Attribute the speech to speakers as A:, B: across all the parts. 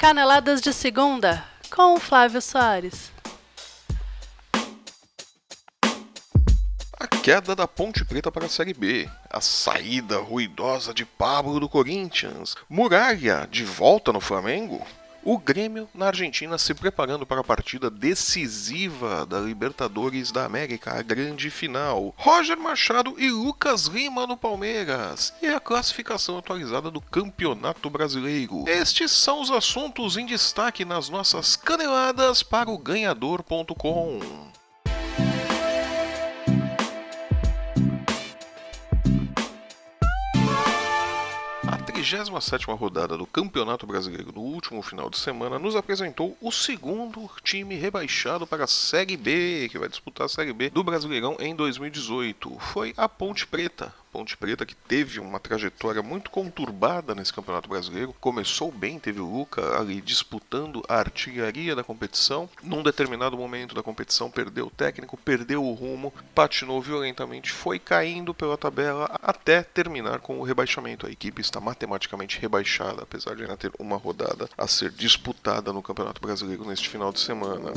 A: Caneladas de Segunda, com o Flávio Soares.
B: A queda da Ponte Preta para a Série B, a saída ruidosa de Pablo do Corinthians, Muralha de volta no Flamengo, o Grêmio na Argentina se preparando para a partida decisiva da Libertadores da América, a grande final, Roger Machado e Lucas Lima no Palmeiras e a classificação atualizada do Campeonato Brasileiro. Estes são os assuntos em destaque nas nossas caneladas para o Ganhador.com. A 37ª rodada do Campeonato Brasileiro no último final de semana nos apresentou o segundo time rebaixado para a Série B, que vai disputar a Série B do Brasileirão em 2018. Foi a Ponte Preta. Ponte Preta, que teve uma trajetória muito conturbada nesse Campeonato Brasileiro. Começou bem, teve o Luca ali disputando a artilharia da competição. Num determinado momento da competição, perdeu o técnico, perdeu o rumo, patinou violentamente, foi caindo pela tabela até terminar com o rebaixamento. A equipe está matematicamente rebaixada, apesar de ainda ter uma rodada a ser disputada no Campeonato Brasileiro neste final de semana.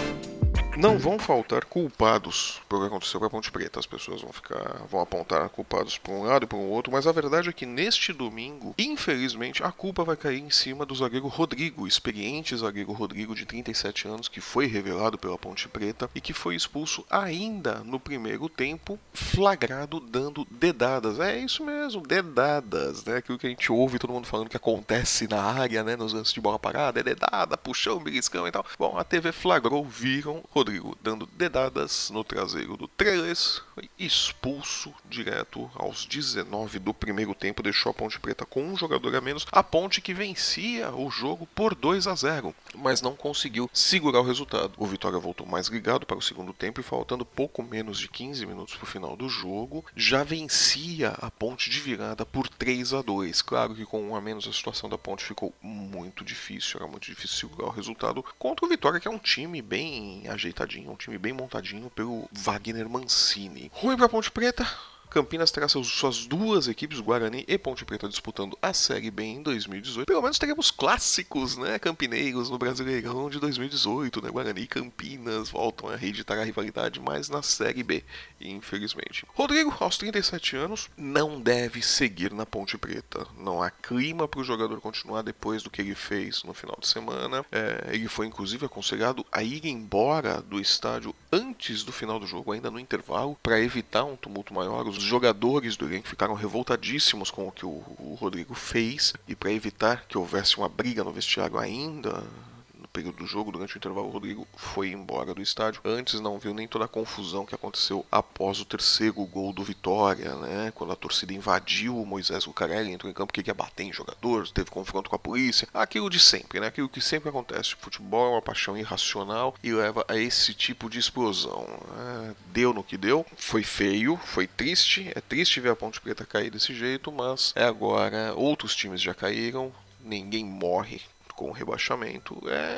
B: Não vão faltar culpados pelo que aconteceu com a Ponte Preta. As pessoas vão apontar culpados por um lado e por um outro, mas a verdade é que neste domingo, infelizmente, a culpa vai cair em cima do zagueiro Rodrigo, experiente zagueiro Rodrigo de 37 anos, que foi revelado pela Ponte Preta e que foi expulso ainda no primeiro tempo, flagrado dando dedadas. É isso mesmo, dedadas, né? Aquilo que a gente ouve todo mundo falando que acontece na área, né? Nos lances de bola parada, é dedada, puxão, beliscão e tal. Bom, a TV flagrou, viram Rodrigo dando dedadas no traseiro do Trellis, foi expulso direto aos 19 do primeiro tempo, deixou a Ponte Preta com um jogador a menos, a Ponte que vencia o jogo por 2-0, mas não conseguiu segurar o resultado. O Vitória voltou mais ligado para o segundo tempo e faltando pouco menos de 15 minutos para o final do jogo, já vencia a Ponte de virada por 3-2. Claro que com um a menos a situação da Ponte ficou muito difícil, era muito difícil segurar o resultado contra o Vitória, que é um time bem ajeitadinho, um time bem montadinho pelo Wagner Mancini. Ruim para a Ponte Preta. Campinas terá suas duas equipes, Guarani e Ponte Preta, disputando a Série B em 2018. Pelo menos teremos clássicos, né, campineiros no Brasileirão de 2018, né? Guarani e Campinas voltam a reeditar a rivalidade, mas na Série B, infelizmente. Rodrigo, aos 37 anos, não deve seguir na Ponte Preta. Não há clima para o jogador continuar depois do que ele fez no final de semana. Ele foi, inclusive, aconselhado a ir embora do estádio antes do final do jogo, ainda no intervalo, para evitar um tumulto maior. Os jogadores do elenco ficaram revoltadíssimos com o que o Rodrigo fez, e para evitar que houvesse uma briga no vestiário ainda no período do jogo, durante o intervalo, o Rodrigo foi embora do estádio. Antes não viu nem toda a confusão que aconteceu após o terceiro gol do Vitória, né? Quando a torcida invadiu, o Moisés Lucarelli entrou em campo que queria bater em jogadores, teve confronto com a polícia, aquilo de sempre, né? Aquilo que sempre acontece. O futebol é uma paixão irracional e leva a esse tipo de explosão. Deu no que deu, foi feio, foi triste, é triste ver a Ponte Preta cair desse jeito, mas agora outros times já caíram, ninguém morre com o rebaixamento,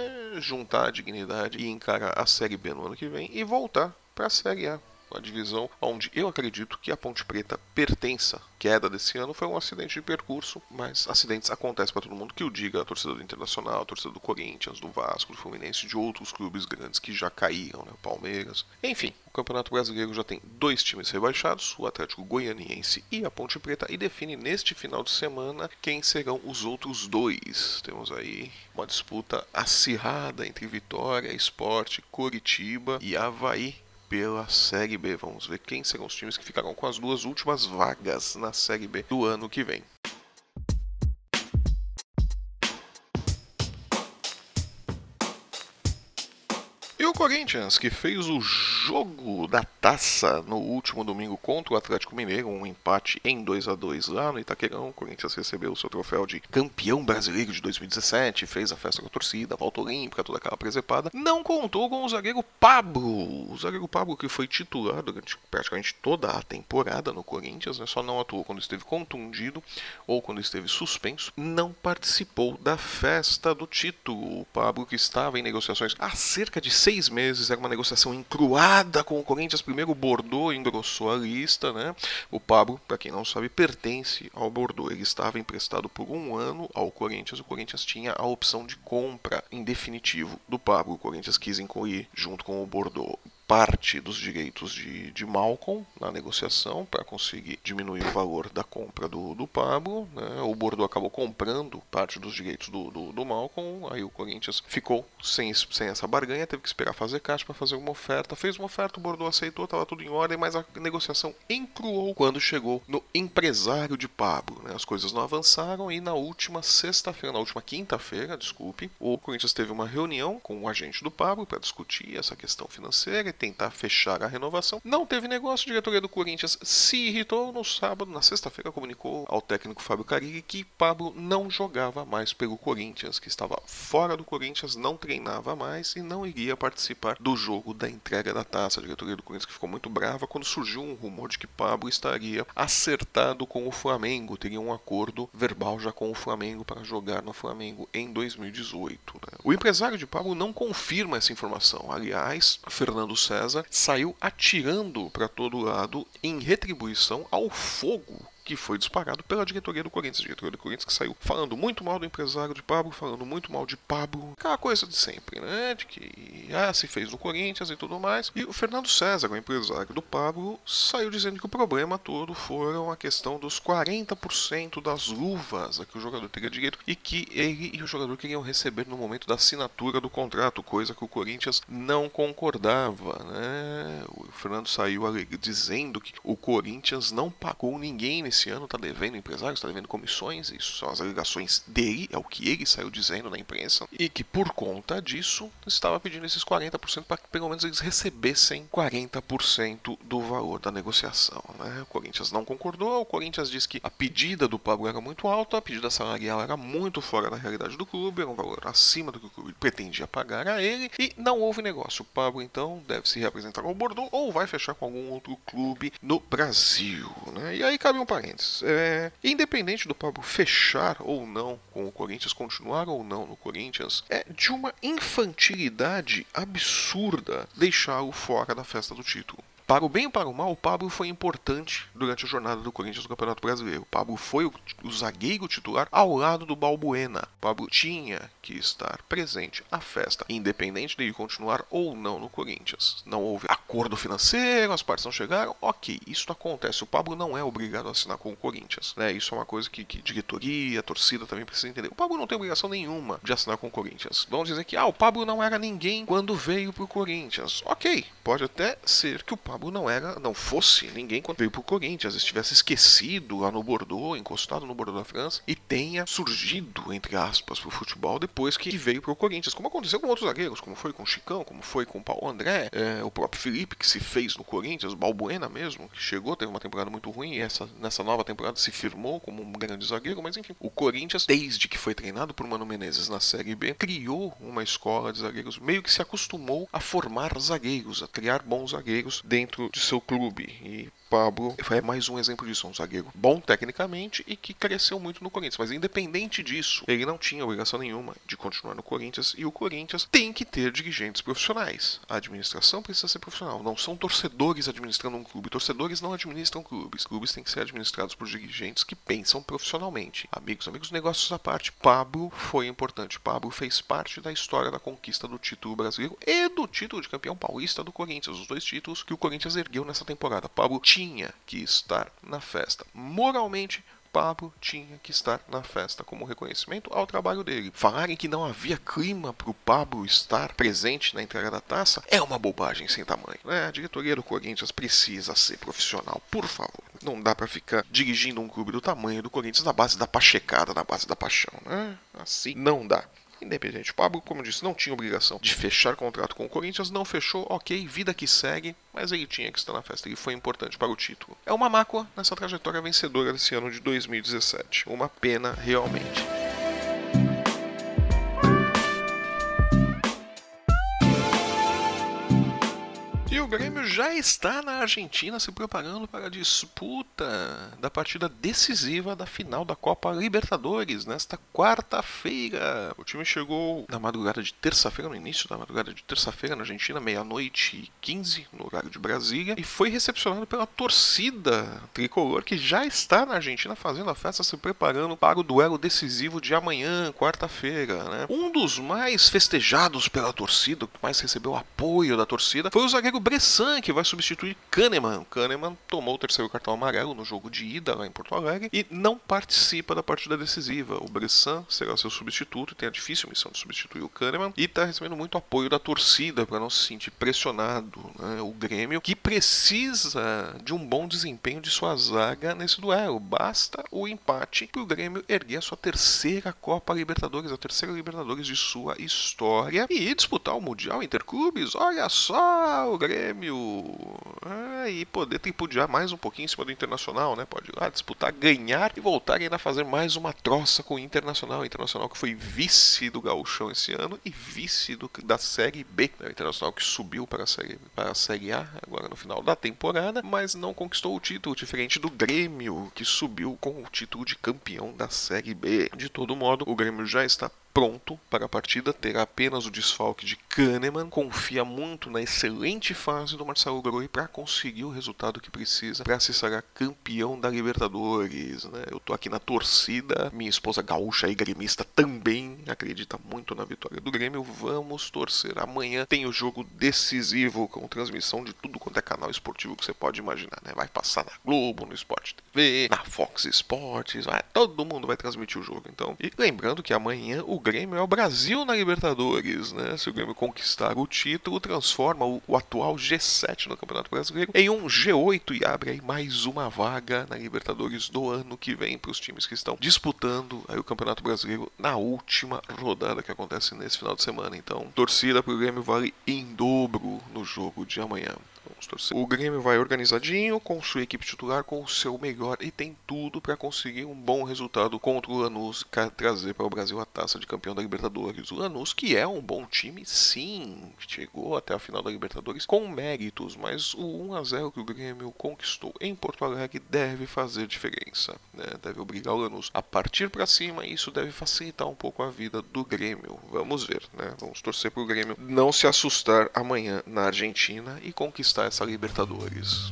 B: é juntar a dignidade e encarar a Série B no ano que vem e voltar para a Série A, a divisão onde eu acredito que a Ponte Preta pertença. Queda desse ano foi um acidente de percurso, mas acidentes acontecem para todo mundo, que o diga a torcida do Internacional, a torcida do Corinthians, do Vasco, do Fluminense, de outros clubes grandes que já caíram, né? O Palmeiras. Enfim, o Campeonato Brasileiro já tem dois times rebaixados, o Atlético Goianiense e a Ponte Preta, e define neste final de semana quem serão os outros dois. Temos aí uma disputa acirrada entre Vitória, Sport, Coritiba e Avaí pela Série B. Vamos ver quem serão os times que ficarão com as duas últimas vagas na Série B do ano que vem. E o Corinthians, que fez o jogo da taça no último domingo contra o Atlético Mineiro, um empate em 2-2 lá no Itaquerão. O Corinthians recebeu o seu troféu de campeão brasileiro de 2017, fez a festa com a torcida, volta olímpica, toda aquela presepada. Não contou com o zagueiro Pablo. O zagueiro Pablo, que foi titular durante praticamente toda a temporada no Corinthians, né? Só não atuou quando esteve contundido ou quando esteve suspenso. Não participou da festa do título. O Pablo, que estava em negociações há cerca de 6 6 meses, era uma negociação encruada com o Corinthians. Primeiro o Bordeaux engrossou a lista, né? O Pablo, para quem não sabe, pertence ao Bordeaux. Ele estava emprestado por 1 ano ao Corinthians. O Corinthians tinha a opção de compra em definitivo do Pablo. O Corinthians quis incluir, junto com o Bordeaux, parte dos direitos de Malcom na negociação para conseguir diminuir o valor da compra do Pablo, né? O Bordeaux acabou comprando parte dos direitos do Malcom, aí o Corinthians ficou sem essa barganha, teve que esperar fazer caixa para fazer uma oferta. Fez uma oferta, o Bordeaux aceitou, estava tudo em ordem, mas a negociação encruou quando chegou no empresário de Pablo, né? As coisas não avançaram e na última quinta-feira, desculpe, o Corinthians teve uma reunião com o agente do Pablo para discutir essa questão financeira e tentar fechar a renovação. Não teve negócio, a diretoria do Corinthians se irritou. No sábado, na sexta-feira, comunicou ao técnico Fábio Carille que Pablo não jogava mais pelo Corinthians, que estava fora do Corinthians, não treinava mais e não iria participar do jogo da entrega da taça. A diretoria do Corinthians que ficou muito brava quando surgiu um rumor de que Pablo estaria acertado com o Flamengo, teria um acordo verbal já com o Flamengo para jogar no Flamengo em 2018. Né? O empresário de Pablo não confirma essa informação. Aliás, Fernando César saiu atirando para todo lado em retribuição ao fogo que foi disparado pela diretoria do Corinthians. A diretoria do Corinthians que saiu falando muito mal do empresário de Pablo, falando muito mal de Pablo. Aquela coisa de sempre, né? De que se fez no Corinthians e tudo mais. E o Fernando César, o empresário do Pablo, saiu dizendo que o problema todo foram a questão dos 40% das luvas a que o jogador teria direito e que ele e o jogador queriam receber no momento da assinatura do contrato, coisa que o Corinthians não concordava, né? O Fernando saiu dizendo que o Corinthians não pagou ninguém nesse ano, está devendo empresários, está devendo comissões, isso são as alegações dele, é o que ele saiu dizendo na imprensa, e que por conta disso estava pedindo esses 40% para que pelo menos eles recebessem 40% do valor da negociação, né? O Corinthians não concordou, o Corinthians disse que a pedida do Pablo era muito alta, a pedida salarial era muito fora da realidade do clube, era um valor acima do que o clube pretendia pagar a ele, e não houve negócio. O Pablo então deve se reapresentar ao Bordeaux ou vai fechar com algum outro clube no Brasil, né? E aí cabe um parênteses. Independente do Pablo fechar ou não com o Corinthians, continuar ou não no Corinthians, é de uma infantilidade absurda deixá-lo fora da festa do título. Para o bem ou para o mal, o Pablo foi importante durante a jornada do Corinthians no Campeonato Brasileiro. O Pablo foi o zagueiro titular ao lado do Balbuena. O Pablo tinha que estar presente à festa, independente de ele continuar ou não no Corinthians. Não houve acordo financeiro, as partes não chegaram, ok, isso acontece. O Pablo não é obrigado a assinar com o Corinthians, né? Isso é uma coisa que diretoria, torcida também precisa entender. O Pablo não tem obrigação nenhuma de assinar com o Corinthians. Vamos dizer que o Pablo não era ninguém quando veio pro Corinthians. Ok, pode até ser que o Pablo não fosse ninguém quando veio pro Corinthians, estivesse esquecido lá no Bordeaux, encostado no Bordeaux da França, e tenha surgido, entre aspas, pro futebol depois que veio pro Corinthians, como aconteceu com outros zagueiros, como foi com o Chicão, como foi com o Paulo André, o próprio Felipe, que se fez no Corinthians, o Balbuena mesmo, que chegou, teve uma temporada muito ruim, e nessa nova temporada se firmou como um grande zagueiro, mas enfim, o Corinthians, desde que foi treinado por Mano Menezes na Série B, criou uma escola de zagueiros, meio que se acostumou a formar zagueiros, a criar bons zagueiros dentro de seu clube. E Pablo é mais um exemplo disso, um zagueiro bom tecnicamente e que cresceu muito no Corinthians, mas independente disso, ele não tinha obrigação nenhuma de continuar no Corinthians, e o Corinthians tem que ter dirigentes profissionais. A administração precisa ser profissional, não são torcedores administrando um clube, torcedores não administram clubes, clubes têm que ser administrados por dirigentes que pensam profissionalmente. Amigos, negócios à parte, Pablo foi importante, Pablo fez parte da história da conquista do título brasileiro e do título de campeão paulista do Corinthians, os dois títulos que o Corinthians ergueu nessa temporada. Pablo tinha que estar na festa. Moralmente, Pablo tinha que estar na festa como reconhecimento ao trabalho dele. Falarem que não havia clima para o Pablo estar presente na entrega da taça é uma bobagem sem tamanho, né? A diretoria do Corinthians precisa ser profissional, por favor. Não dá para ficar dirigindo um clube do tamanho do Corinthians na base da pachecada, na base da paixão, né? Assim não dá. Independente, o Pablo, como eu disse, não tinha obrigação de fechar contrato com o Corinthians, não fechou, ok, vida que segue, mas ele tinha que estar na festa, ele foi importante para o título. É uma mácula nessa trajetória vencedora desse ano de 2017, uma pena realmente. E o Grêmio Grêmio já está na Argentina se preparando para a disputa da partida decisiva da final da Copa Libertadores nesta quarta-feira. O time chegou na madrugada de terça-feira, no início da madrugada de terça-feira na Argentina, 00:15 no horário de Brasília, e foi recepcionado pela torcida tricolor que já está na Argentina fazendo a festa, se preparando para o duelo decisivo de amanhã, quarta-feira, né? Um dos mais festejados pela torcida, que mais recebeu apoio da torcida, foi o zagueiro Bressan, que vai substituir Kahneman. Kahneman tomou o terceiro cartão amarelo no jogo de ida lá em Porto Alegre e não participa da partida decisiva. O Bressan será seu substituto e tem a difícil missão de substituir o Kahneman e está recebendo muito apoio da torcida para não se sentir pressionado, né? O Grêmio, que precisa de um bom desempenho de sua zaga nesse duelo. Basta o empate para o Grêmio erguer a sua terceira Copa Libertadores, a terceira Libertadores de sua história, e disputar o Mundial Interclubes. Olha só o Grêmio! E poder tripudiar mais um pouquinho em cima do Internacional, né? Pode ir lá disputar, ganhar e voltar ainda a fazer mais uma troça com o Internacional. O Internacional que foi vice do Gauchão esse ano e vice da Série B. O Internacional que subiu para a Série A agora no final da temporada, mas não conquistou o título, diferente do Grêmio, que subiu com o título de campeão da Série B. De todo modo, o Grêmio já está pronto para a partida, terá apenas o desfalque de Kahneman, confia muito na excelente fase do Marcelo Groi para conseguir o resultado que precisa para se sagrar campeão da Libertadores, né? Eu tô aqui na torcida, minha esposa gaúcha e gremista também acredita muito na vitória do Grêmio, vamos torcer. Amanhã tem o jogo decisivo com transmissão de tudo quanto é canal esportivo que você pode imaginar, né? Vai passar na Globo, no Sport TV, na Fox Sports, todo mundo vai transmitir o jogo, então. E lembrando que amanhã o Grêmio é o Brasil na Libertadores, né? Se o Grêmio conquistar o título, transforma o atual G7 no Campeonato Brasileiro em um G8 e abre aí mais uma vaga na Libertadores do ano que vem para os times que estão disputando aí o Campeonato Brasileiro na última rodada que acontece nesse final de semana. Então, torcida para o Grêmio vale em dobro no jogo de amanhã. Vamos torcer. O Grêmio vai organizadinho, com sua equipe titular, com o seu melhor e tem tudo para conseguir um bom resultado contra o Lanús, trazer para o Brasil a taça de campeão da Libertadores. O Lanús, que é um bom time, sim, chegou até a final da Libertadores com méritos, mas o 1-0 que o Grêmio conquistou em Porto Alegre deve fazer diferença, né? Deve obrigar o Lanús a partir para cima e isso deve facilitar um pouco a vida do Grêmio. Vamos ver, né? Vamos torcer para o Grêmio não se assustar amanhã na Argentina e conquistar essa Libertadores.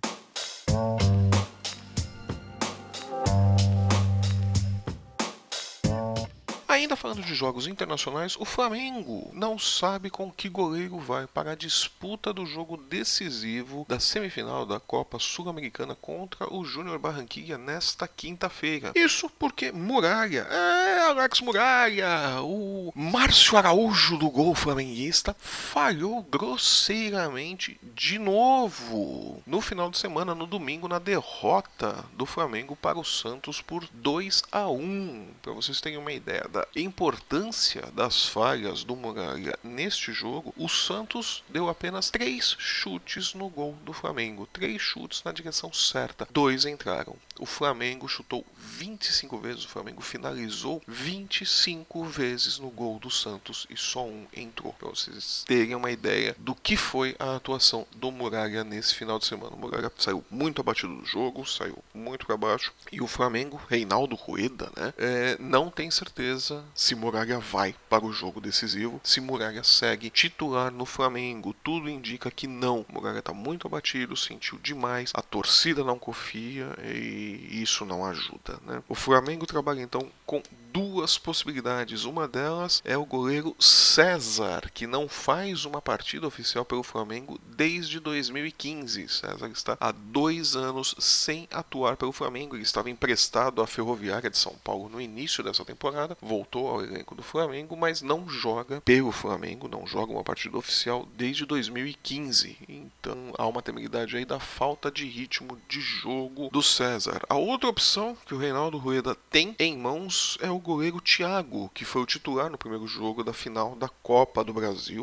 B: Ainda falando de jogos internacionais, o Flamengo não sabe com que goleiro vai para a disputa do jogo decisivo da semifinal da Copa Sul-Americana contra o Júnior Barranquilla nesta quinta-feira. Isso porque Muralha, Alex Muralha, o Márcio Araújo do gol flamenguista, falhou grosseiramente de novo no final de semana, no domingo, na derrota do Flamengo para o Santos por 2-1. Para vocês terem uma ideia da importância das falhas do Muralha neste jogo, o Santos deu apenas 3 chutes no gol do Flamengo. 3 chutes na direção certa. 2 entraram. O Flamengo chutou 25 vezes, o Flamengo finalizou 25 vezes no gol do Santos e só 1 entrou. Para vocês terem uma ideia do que foi a atuação do Muralha nesse final de semana. O Muralha saiu muito abatido do jogo, saiu muito para baixo. E o Flamengo, Reinaldo Rueda, né, não tem certeza se Muralha vai para o jogo decisivo, se Muralha segue titular no Flamengo. Tudo indica que não. Muralha está muito abatido, sentiu demais, a torcida não confia e isso não ajuda, né? O Flamengo trabalha então com 2 possibilidades. Uma delas é o goleiro César, que não faz uma partida oficial pelo Flamengo desde 2015. César está há 2 anos sem atuar pelo Flamengo. Ele estava emprestado à Ferroviária de São Paulo no início dessa temporada, voltou ao elenco do Flamengo, mas não joga pelo Flamengo, não joga uma partida oficial desde 2015. Então há uma temeridade aí da falta de ritmo de jogo do César. A outra opção que o Reinaldo Rueda tem em mãos é o goleiro Thiago, que foi o titular no primeiro jogo da final da Copa do Brasil.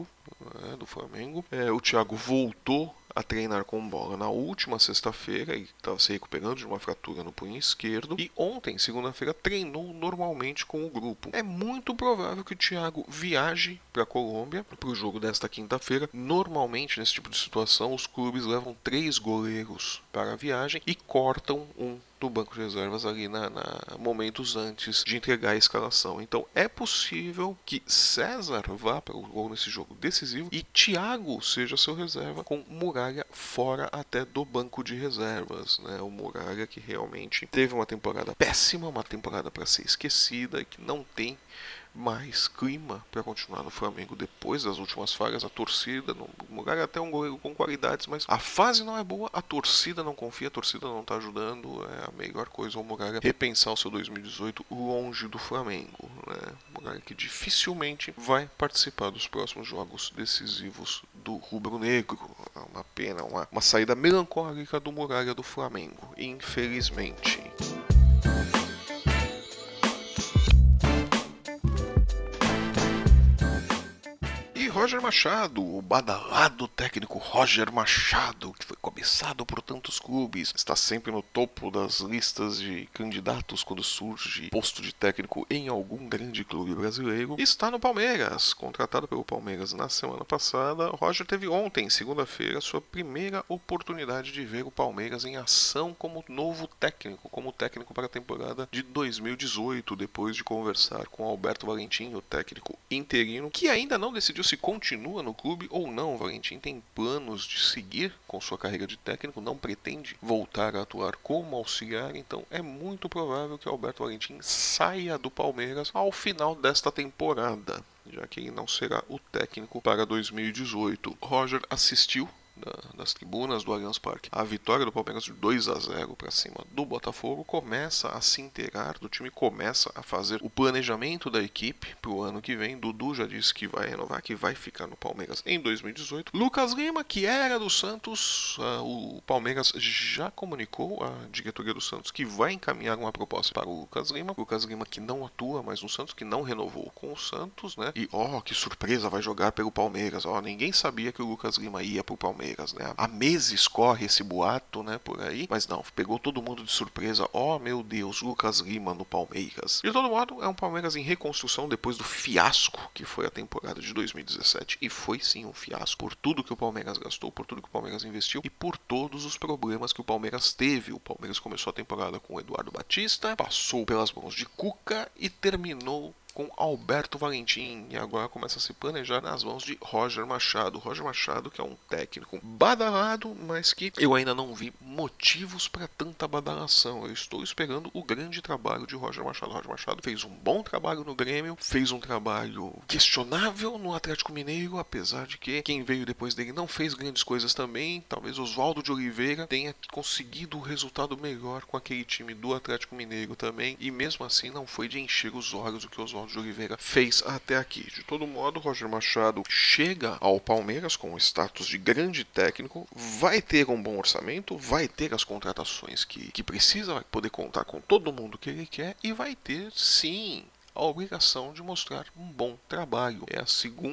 B: né, do Flamengo. O Thiago voltou a treinar com bola na última sexta-feira e estava se recuperando de uma fratura no punho esquerdo. E ontem, segunda-feira, treinou normalmente com o grupo. É muito provável que o Thiago viaje para a Colômbia para o jogo desta quinta-feira. Normalmente, nesse tipo de situação, os clubes levam 3 goleiros para a viagem e cortam um do banco de reservas ali momentos antes de entregar a escalação. Então é possível que César vá para o gol nesse jogo decisivo e Thiago seja seu reserva, com Muralha fora até do banco de reservas, né? O Muralha que realmente teve uma temporada péssima, uma temporada para ser esquecida e que não tem mais clima para continuar no Flamengo depois das últimas falhas. A torcida, o Muralha é até um goleiro com qualidades, mas a fase não é boa, a torcida não confia, a torcida não está ajudando. É a melhor coisa o Muralha repensar o seu 2018 longe do Flamengo, né? Muralha que dificilmente vai participar dos próximos jogos decisivos do rubro-negro. É uma pena, uma saída melancólica do Muralha do Flamengo, infelizmente. Roger Machado, o badalado técnico Roger Machado, que foi cobiçado por tantos clubes, está sempre no topo das listas de candidatos quando surge posto de técnico em algum grande clube brasileiro, está no Palmeiras. Contratado pelo Palmeiras na semana passada, Roger teve ontem, segunda-feira, sua primeira oportunidade de ver o Palmeiras em ação como novo técnico, como técnico para a temporada de 2018, depois de conversar com Alberto Valentim, o técnico interino, que ainda não decidiu se continua no clube ou não. Valentim tem planos de seguir com sua carreira de técnico, não pretende voltar a atuar como auxiliar, então é muito provável que Alberto Valentim saia do Palmeiras ao final desta temporada, já que ele não será o técnico para 2018. Roger assistiu das tribunas do Allianz Parque a vitória do Palmeiras de 2-0 para cima do Botafogo, começa a se inteirar do time, começa a fazer o planejamento da equipe para o ano que vem. Dudu já disse que vai renovar, que vai ficar no Palmeiras em 2018. Lucas Lima, que era do Santos, o Palmeiras já comunicou à diretoria do Santos que vai encaminhar uma proposta para o Lucas Lima. Lucas Lima que não atua mais no Santos, que não renovou com o Santos, né? E que surpresa, vai jogar pelo Palmeiras. Ninguém sabia que o Lucas Lima ia pro Palmeiras, né? Há meses corre esse boato, né, por aí, mas não, pegou todo mundo de surpresa. Meu Deus, Lucas Lima no Palmeiras. De todo modo, é um Palmeiras em reconstrução depois do fiasco que foi a temporada de 2017, e foi sim um fiasco por tudo que o Palmeiras gastou, por tudo que o Palmeiras investiu e por todos os problemas que o Palmeiras teve. O Palmeiras começou a temporada com o Eduardo Batista, passou pelas mãos de Cuca e terminou com Alberto Valentim, e agora começa a se planejar nas mãos de Roger Machado. Roger Machado, que é um técnico badalado, mas que eu ainda não vi motivos para tanta badalação. Eu estou esperando o grande trabalho de Roger Machado. Roger Machado fez um bom trabalho no Grêmio, fez um trabalho questionável no Atlético Mineiro, apesar de que quem veio depois dele não fez grandes coisas também. Talvez Oswaldo de Oliveira tenha conseguido o resultado melhor com aquele time do Atlético Mineiro também, e mesmo assim não foi de encher os olhos o que Oswaldo de Oliveira fez até aqui. De todo modo, Roger Machado chega ao Palmeiras com o status de grande técnico, vai ter um bom orçamento, vai ter as contratações que precisa, vai poder contar com todo mundo que ele quer e vai ter, sim, a obrigação de mostrar um bom trabalho. É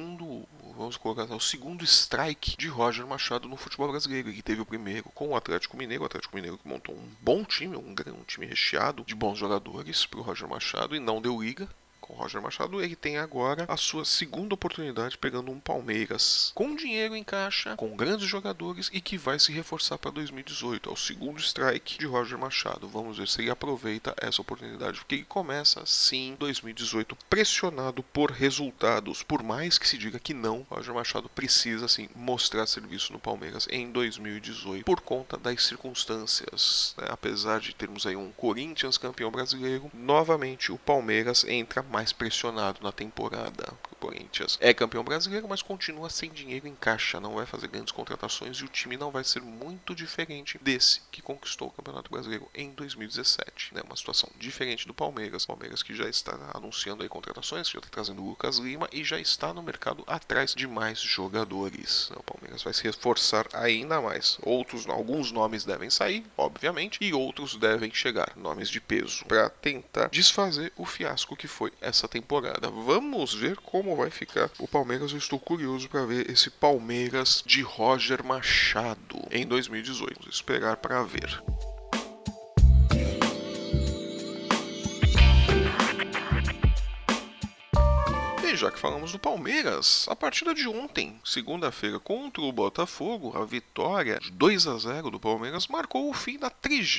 B: o segundo strike de Roger Machado no futebol brasileiro. Ele teve o primeiro com o Atlético Mineiro que montou um bom time, um time recheado de bons jogadores para o Roger Machado e não deu liga. Com Roger Machado, ele tem agora a sua segunda oportunidade pegando um Palmeiras com dinheiro em caixa, com grandes jogadores e que vai se reforçar para 2018. É o segundo strike de Roger Machado. Vamos ver se ele aproveita essa oportunidade, porque ele começa sim 2018 pressionado por resultados. Por mais que se diga que não, Roger Machado precisa sim mostrar serviço no Palmeiras em 2018 por conta das circunstâncias, né? Apesar de termos aí um Corinthians campeão brasileiro, novamente o Palmeiras entra mais pressionado na temporada. O Corinthians é campeão brasileiro, mas continua sem dinheiro em caixa, não vai fazer grandes contratações e o time não vai ser muito diferente desse que conquistou o Campeonato Brasileiro em 2017, né? Uma situação diferente do Palmeiras. Palmeiras que já está anunciando aí contratações, já está trazendo o Lucas Lima e já está no mercado atrás de mais jogadores. O Palmeiras vai se reforçar ainda mais. Alguns nomes devem sair, obviamente, e outros devem chegar, nomes de peso, para tentar desfazer o fiasco que foi essa temporada. Vamos ver como como vai ficar o Palmeiras. Eu estou curioso para ver esse Palmeiras de Roger Machado em 2018. Vamos esperar para ver. E já que falamos do Palmeiras, a partida de ontem, segunda-feira, contra o Botafogo, a vitória de 2-0 do Palmeiras marcou o fim da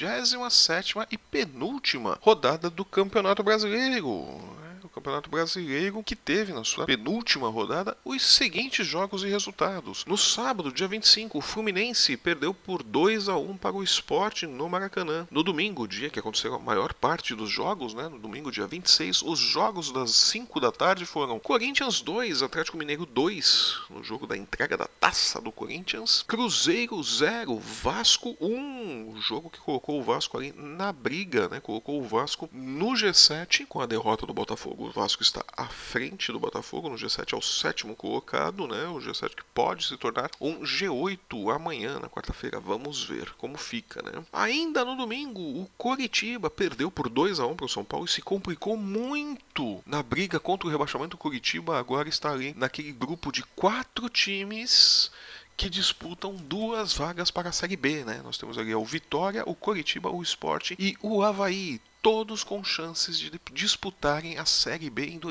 B: 37ª e penúltima rodada do Campeonato Brasileiro. O Campeonato Brasileiro que teve na sua penúltima rodada os seguintes jogos e resultados. No sábado, dia 25, o Fluminense perdeu por 2-1 para o Sport no Maracanã. No domingo, dia que aconteceu a maior parte dos jogos, no domingo, dia 26, os jogos das 5 da tarde foram Corinthians 2, Atlético Mineiro 2, no jogo da entrega da taça do Corinthians. Cruzeiro 0, Vasco 1, o jogo que colocou o Vasco ali na briga, colocou o Vasco no G7 com a derrota do Botafogo. O Vasco está à frente do Botafogo no G7, é o 7º colocado, o G7 que pode se tornar um G8 amanhã, na quarta-feira. Vamos ver como fica, Ainda no domingo, o Coritiba perdeu por 2-1 para o São Paulo e se complicou muito na briga contra o rebaixamento. O Coritiba agora está ali naquele grupo de 4 times que disputam 2 vagas para a Série B, Nós temos ali o Vitória, o Coritiba, o Sport e o Avaí. Todos com chances de disputarem a Série B em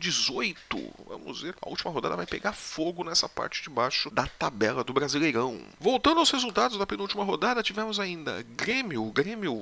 B: 2018. Vamos ver, a última rodada vai pegar fogo nessa parte de baixo da tabela do Brasileirão. Voltando aos resultados da penúltima rodada, tivemos ainda Grêmio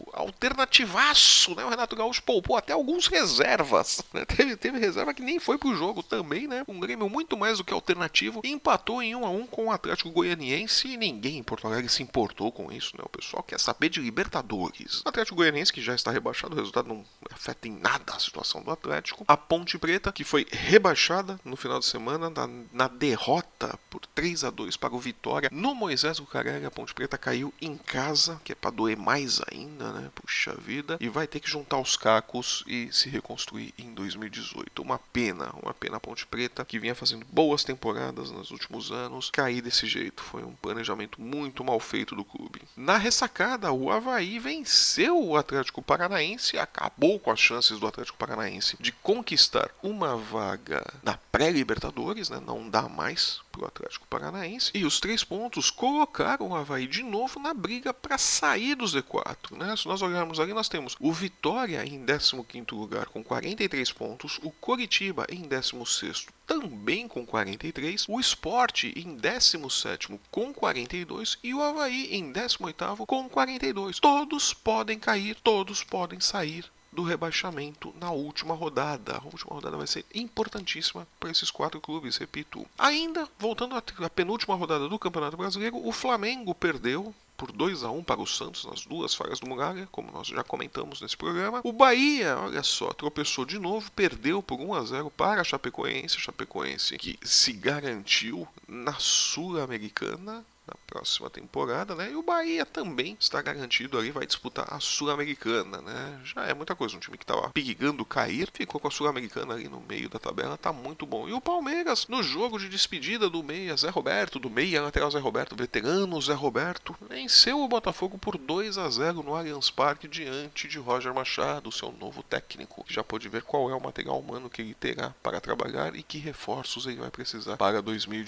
B: alternativaço, O Renato Gaúcho poupou até alguns reservas, Teve reserva que nem foi pro jogo também, Um Grêmio muito mais do que alternativo, e empatou em 1-1 com o Atlético Goianiense e ninguém em Porto Alegre se importou com isso, O pessoal quer saber de Libertadores. O Atlético Goianiense, que já está rebaixado, o resultado não afeta em nada a situação do Atlético. A Ponte Preta, que foi rebaixada no final de semana na derrota por 3-2 para o Vitória no Moisés Lucarelli. A Ponte Preta caiu em casa, que é para doer mais ainda, Puxa vida. E vai ter que juntar os cacos e se reconstruir em 2018. Uma pena a Ponte Preta, que vinha fazendo boas temporadas nos últimos anos, cair desse jeito. Foi um planejamento muito mal feito do clube. Na ressacada, o Avaí venceu o Atlético Paranaense, acabou com as chances do Atlético Paranaense de conquistar uma vaga na pré-Libertadores, Não dá mais para o Atlético Paranaense. E os 3 pontos colocaram o Avaí de novo na briga para sair do Z4, Se nós olharmos ali, nós temos o Vitória em 15º lugar com 43 pontos, o Coritiba em 16º também com 43, o Sport em 17º com 42 e o Avaí em 18º com 42. Todos podem cair, todos podem sair do rebaixamento na última rodada. A última rodada vai ser importantíssima para esses 4 clubes, repito. Ainda, voltando à penúltima rodada do Campeonato Brasileiro, o Flamengo perdeu por 2-1 para o Santos nas 2 falhas do Muralha, como nós já comentamos nesse programa. O Bahia, olha só, tropeçou de novo, perdeu por 1-0 para a Chapecoense que se garantiu na Sul-Americana na próxima temporada, E o Bahia também está garantido ali, vai disputar a Sul-Americana, Já é muita coisa, um time que estava perigando cair, ficou com a Sul-Americana ali no meio da tabela, tá muito bom. E o Palmeiras, no jogo de despedida do meia Zé Roberto, do meia lateral Zé Roberto, veterano Zé Roberto, venceu o Botafogo por 2-0 no Allianz Parque diante de Roger Machado, seu novo técnico, que já pôde ver qual é o material humano que ele terá para trabalhar e que reforços ele vai precisar para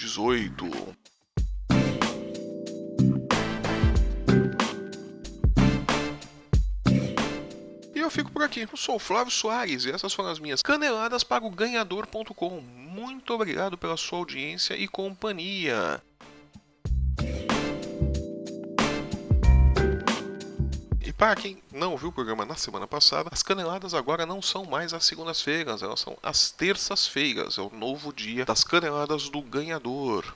B: 2018. Eu fico por aqui. Eu sou o Flávio Soares e essas foram as minhas caneladas para o Ganhador.com. Muito obrigado pela sua audiência e companhia. E para quem não ouviu o programa na semana passada, as caneladas agora não são mais às segundas-feiras, elas são às terças-feiras. É o novo dia das caneladas do Ganhador.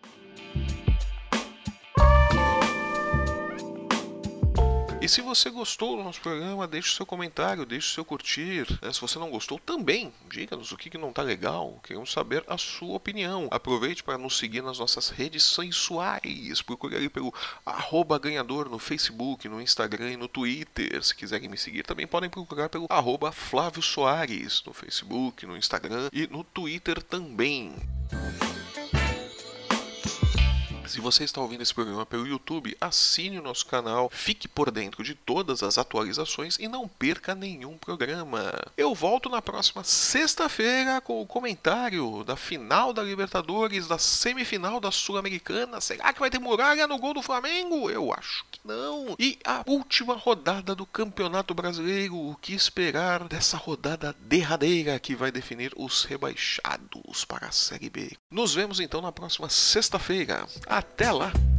B: E se você gostou do nosso programa, deixe o seu comentário, deixe o seu curtir. Se você não gostou, também diga-nos o que não está legal. Queremos saber a sua opinião. Aproveite para nos seguir nas nossas redes sensuais. Procure ali pelo @ganhador no Facebook, no Instagram e no Twitter. Se quiserem me seguir, também podem procurar pelo @Flávio Soares no Facebook, no Instagram e no Twitter também. Se você está ouvindo esse programa pelo YouTube, assine o nosso canal, fique por dentro de todas as atualizações e não perca nenhum programa. Eu volto na próxima sexta-feira com o comentário da final da Libertadores, da semifinal da Sul-Americana. Será que vai ter muralha no gol do Flamengo? Eu acho que não. E a última rodada do Campeonato Brasileiro. O que esperar dessa rodada derradeira que vai definir os rebaixados para a Série B? Nos vemos então na próxima sexta-feira. Até lá!